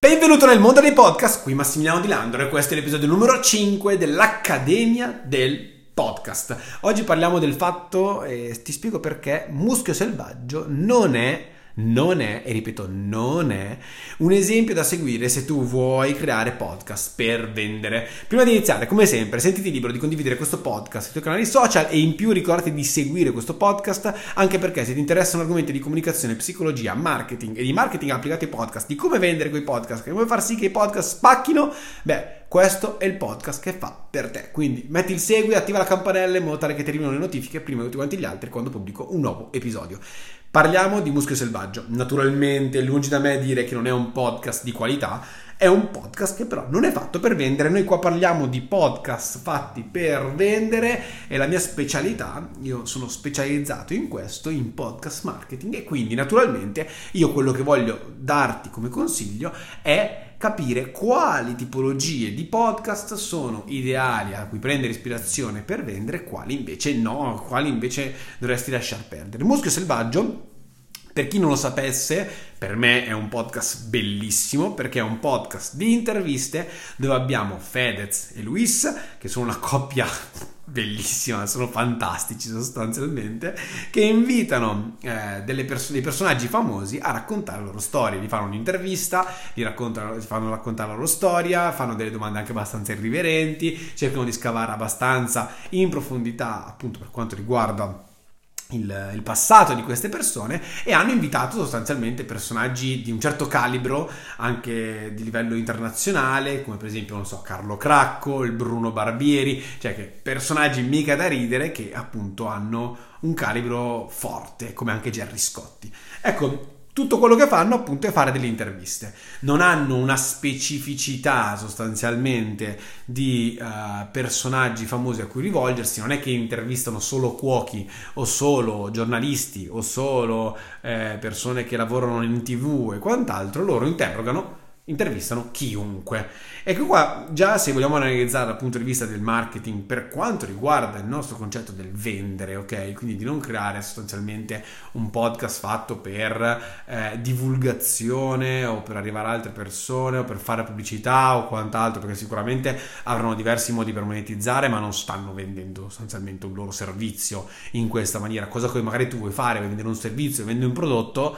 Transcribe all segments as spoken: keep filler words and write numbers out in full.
Benvenuto nel mondo dei podcast, qui Massimiliano Di Landro e questo è l'episodio numero cinque dell'Accademia del Podcast. Oggi parliamo del fatto, e ti spiego perché, Muschio Selvaggio non è Non è, e ripeto, non è un esempio da seguire se tu vuoi creare podcast per vendere. Prima di iniziare, come sempre, sentiti libero di condividere questo podcast sui tuoi canali social e in più ricordati di seguire questo podcast, anche perché se ti interessano argomenti di comunicazione, psicologia, marketing e di marketing applicato ai podcast, di come vendere quei podcast, come far sì che i podcast spacchino, beh, questo è il podcast che fa per te. Quindi metti il segui, attiva la campanella in modo tale che ti arrivino le notifiche prima di tutti quanti gli altri quando pubblico un nuovo episodio. Parliamo di Muschio Selvaggio. Naturalmente, lungi da me dire che non è un podcast di qualità, è un podcast che però non è fatto per vendere. Noi qua parliamo di podcast fatti per vendere, è la mia specialità. Io sono specializzato in questo, in podcast marketing, e quindi naturalmente io quello che voglio darti come consiglio è capire quali tipologie di podcast sono ideali a cui prendere ispirazione per vendere, quali invece no, quali invece dovresti lasciar perdere. Muschio Selvaggio, per chi non lo sapesse, per me è un podcast bellissimo perché è un podcast di interviste dove abbiamo Fedez e Luis, che sono una coppia bellissima, sono fantastici sostanzialmente, che invitano eh, delle perso- dei personaggi famosi a raccontare le loro storie. Gli fanno un'intervista, gli raccontano, gli fanno raccontare la loro storia, fanno delle domande anche abbastanza irriverenti, cercano di scavare abbastanza in profondità appunto per quanto riguarda Il, il passato di queste persone, e hanno invitato sostanzialmente personaggi di un certo calibro anche di livello internazionale, come per esempio, non so, Carlo Cracco, il Bruno Barbieri, cioè che personaggi mica da ridere che appunto hanno un calibro forte, come anche Gerry Scotti. Ecco, tutto quello che fanno appunto è fare delle interviste. Non hanno una specificità sostanzialmente di uh, personaggi famosi a cui rivolgersi. Non è che intervistano solo cuochi o solo giornalisti o solo eh, persone che lavorano in tivù e quant'altro. Loro interrogano, intervistano chiunque. Ecco qua, già se vogliamo analizzare dal punto di vista del marketing per quanto riguarda il nostro concetto del vendere, ok? Quindi di non creare sostanzialmente un podcast fatto per eh, divulgazione o per arrivare a altre persone o per fare pubblicità o quant'altro, perché sicuramente avranno diversi modi per monetizzare, ma non stanno vendendo sostanzialmente un loro servizio in questa maniera. Cosa che magari tu vuoi fare, vuoi vendere un servizio, vendi un prodotto.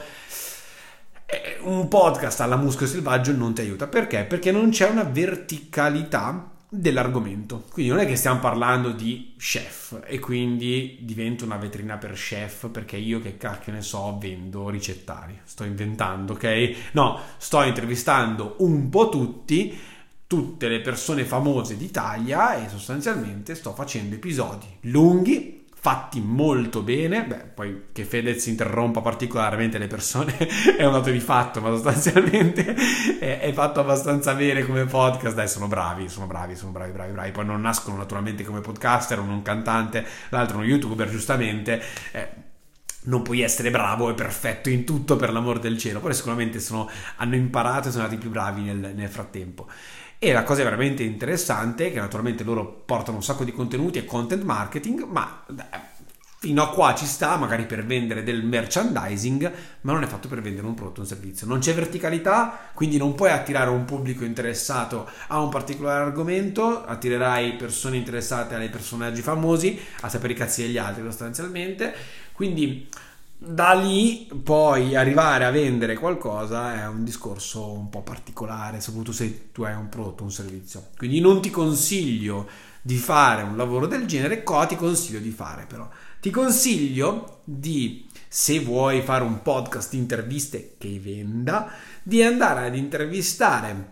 Un podcast alla Muschio Selvaggio non ti aiuta. Perché? Perché non c'è una verticalità dell'argomento. Quindi non è che stiamo parlando di chef e quindi divento una vetrina per chef perché io che cacchio ne so vendo ricettari, sto inventando, ok? No, sto intervistando un po' tutti tutte le persone famose d'Italia e sostanzialmente sto facendo episodi lunghi fatti molto bene. Beh, poi che Fedez interrompa particolarmente le persone è un dato di fatto, ma sostanzialmente è, è fatto abbastanza bene come podcast. Dai, sono bravi, sono bravi, sono bravi, bravi, bravi. Poi non nascono naturalmente come podcaster, uno un cantante, l'altro uno youtuber, giustamente. Eh, non puoi essere bravo e perfetto in tutto, per l'amor del cielo. Poi sicuramente sono, hanno imparato e sono stati più bravi nel, nel frattempo. E la cosa veramente interessante è che naturalmente loro portano un sacco di contenuti e content marketing, ma fino a qua ci sta, magari per vendere del merchandising, ma non è fatto per vendere un prodotto o un servizio. Non c'è verticalità, quindi non puoi attirare un pubblico interessato a un particolare argomento, attirerai persone interessate ai personaggi famosi, a sapere i cazzi degli altri sostanzialmente. Quindi da lì poi arrivare a vendere qualcosa è un discorso un po' particolare, soprattutto se tu hai un prodotto o un servizio. Quindi non ti consiglio di fare un lavoro del genere. Cosa ti consiglio di fare però? Ti consiglio di, se vuoi fare un podcast di interviste che venda, di andare ad intervistare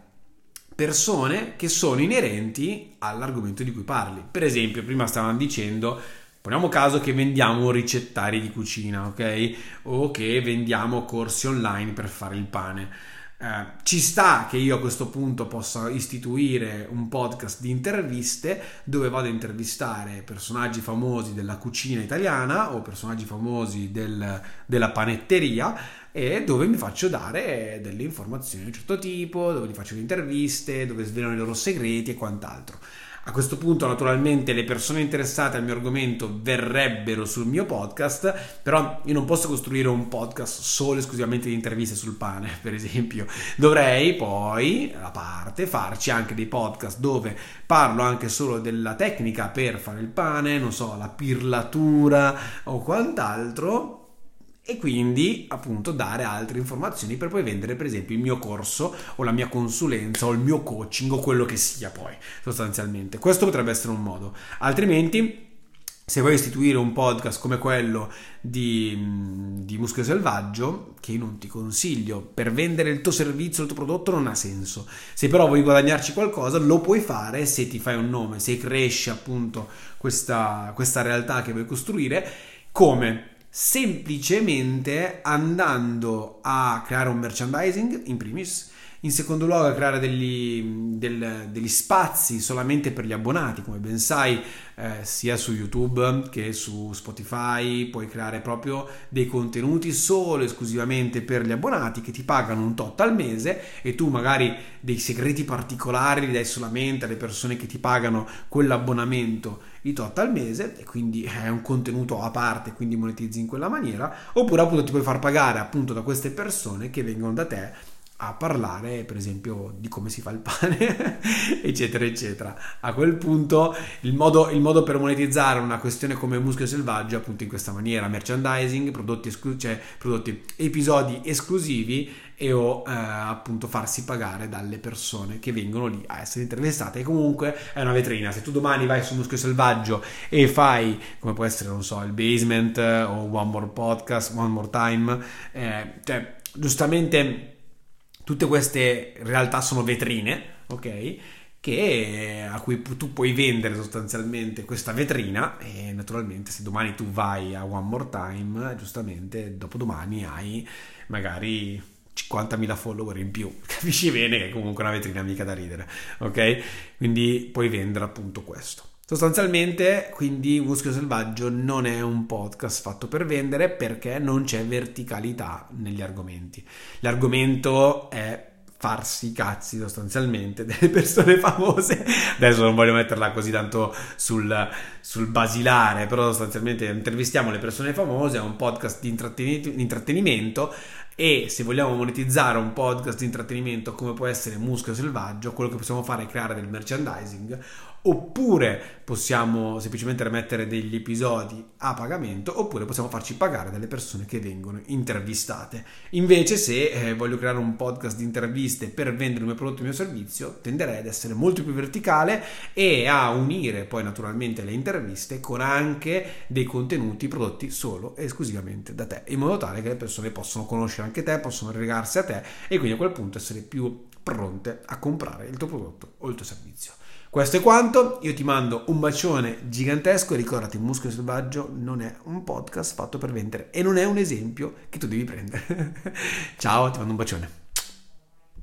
persone che sono inerenti all'argomento di cui parli. Per esempio, prima stavamo dicendo, poniamo caso che vendiamo ricettari di cucina, ok? O che vendiamo corsi online per fare il pane. Eh, ci sta che io a questo punto possa istituire un podcast di interviste dove vado a intervistare personaggi famosi della cucina italiana o personaggi famosi del, della panetteria, e dove mi faccio dare delle informazioni di un certo tipo, dove gli faccio le interviste, dove svelano i loro segreti e quant'altro. A questo punto naturalmente le persone interessate al mio argomento verrebbero sul mio podcast, però io non posso costruire un podcast solo esclusivamente di interviste sul pane, per esempio. Dovrei poi a parte farci anche dei podcast dove parlo anche solo della tecnica per fare il pane, non so, la pirlatura o quant'altro, e quindi appunto dare altre informazioni per poi vendere per esempio il mio corso o la mia consulenza o il mio coaching o quello che sia poi sostanzialmente. Questo potrebbe essere un modo. Altrimenti, se vuoi istituire un podcast come quello di, di Muschio Selvaggio, che io non ti consiglio, per vendere il tuo servizio, il tuo prodotto non ha senso. Se però vuoi guadagnarci qualcosa, lo puoi fare se ti fai un nome, se cresci appunto questa, questa realtà che vuoi costruire. Come? Semplicemente andando a creare un merchandising in primis, in secondo luogo a creare degli, del, degli spazi solamente per gli abbonati, come ben sai, eh, sia su YouTube che su Spotify puoi creare proprio dei contenuti solo esclusivamente per gli abbonati che ti pagano un tot al mese, e tu magari dei segreti particolari li dai solamente alle persone che ti pagano quell'abbonamento i tot al mese, e quindi è un contenuto a parte, quindi monetizzi in quella maniera. Oppure appunto ti puoi far pagare appunto da queste persone che vengono da te a parlare per esempio di come si fa il pane eccetera eccetera. A quel punto il modo, il modo per monetizzare una questione come Muschio Selvaggio è appunto in questa maniera: merchandising, prodotti, esclu- cioè prodotti episodi esclusivi e o eh, appunto farsi pagare dalle persone che vengono lì a essere intervistate. E comunque è una vetrina. Se tu domani vai su Muschio Selvaggio e fai, come può essere, non so, il Basement eh, o One More Podcast, One More Time, eh, cioè giustamente tutte queste realtà sono vetrine, ok? Che, a cui tu puoi vendere sostanzialmente questa vetrina, e naturalmente se domani tu vai a One More Time, giustamente dopodomani hai magari cinquantamila follower in più. Capisci bene che è comunque una vetrina mica da ridere, ok? Quindi puoi vendere appunto questo. Sostanzialmente, quindi, Muschio Selvaggio non è un podcast fatto per vendere, perché non c'è verticalità negli argomenti. L'argomento è farsi i cazzi sostanzialmente delle persone famose. Adesso non voglio metterla così tanto sul, sul basilare, però sostanzialmente intervistiamo le persone famose, è un podcast di intrattenimento, di intrattenimento. E se vogliamo monetizzare un podcast di intrattenimento come può essere Muschio Selvaggio, quello che possiamo fare è creare del merchandising, oppure possiamo semplicemente rimettere degli episodi a pagamento, oppure possiamo farci pagare dalle persone che vengono intervistate. Invece, se eh, voglio creare un podcast di interviste per vendere il mio prodotto e il mio servizio, tenderei ad essere molto più verticale e a unire poi naturalmente le interviste con anche dei contenuti prodotti solo e esclusivamente da te, in modo tale che le persone possono conoscere anche te, possono regarsi a te, e quindi a quel punto essere più pronte a comprare il tuo prodotto o il tuo servizio. Questo è quanto, io ti mando un bacione gigantesco e ricordati, Muschio Selvaggio non è un podcast fatto per vendere e non è un esempio che tu devi prendere. Ciao, ti mando un bacione.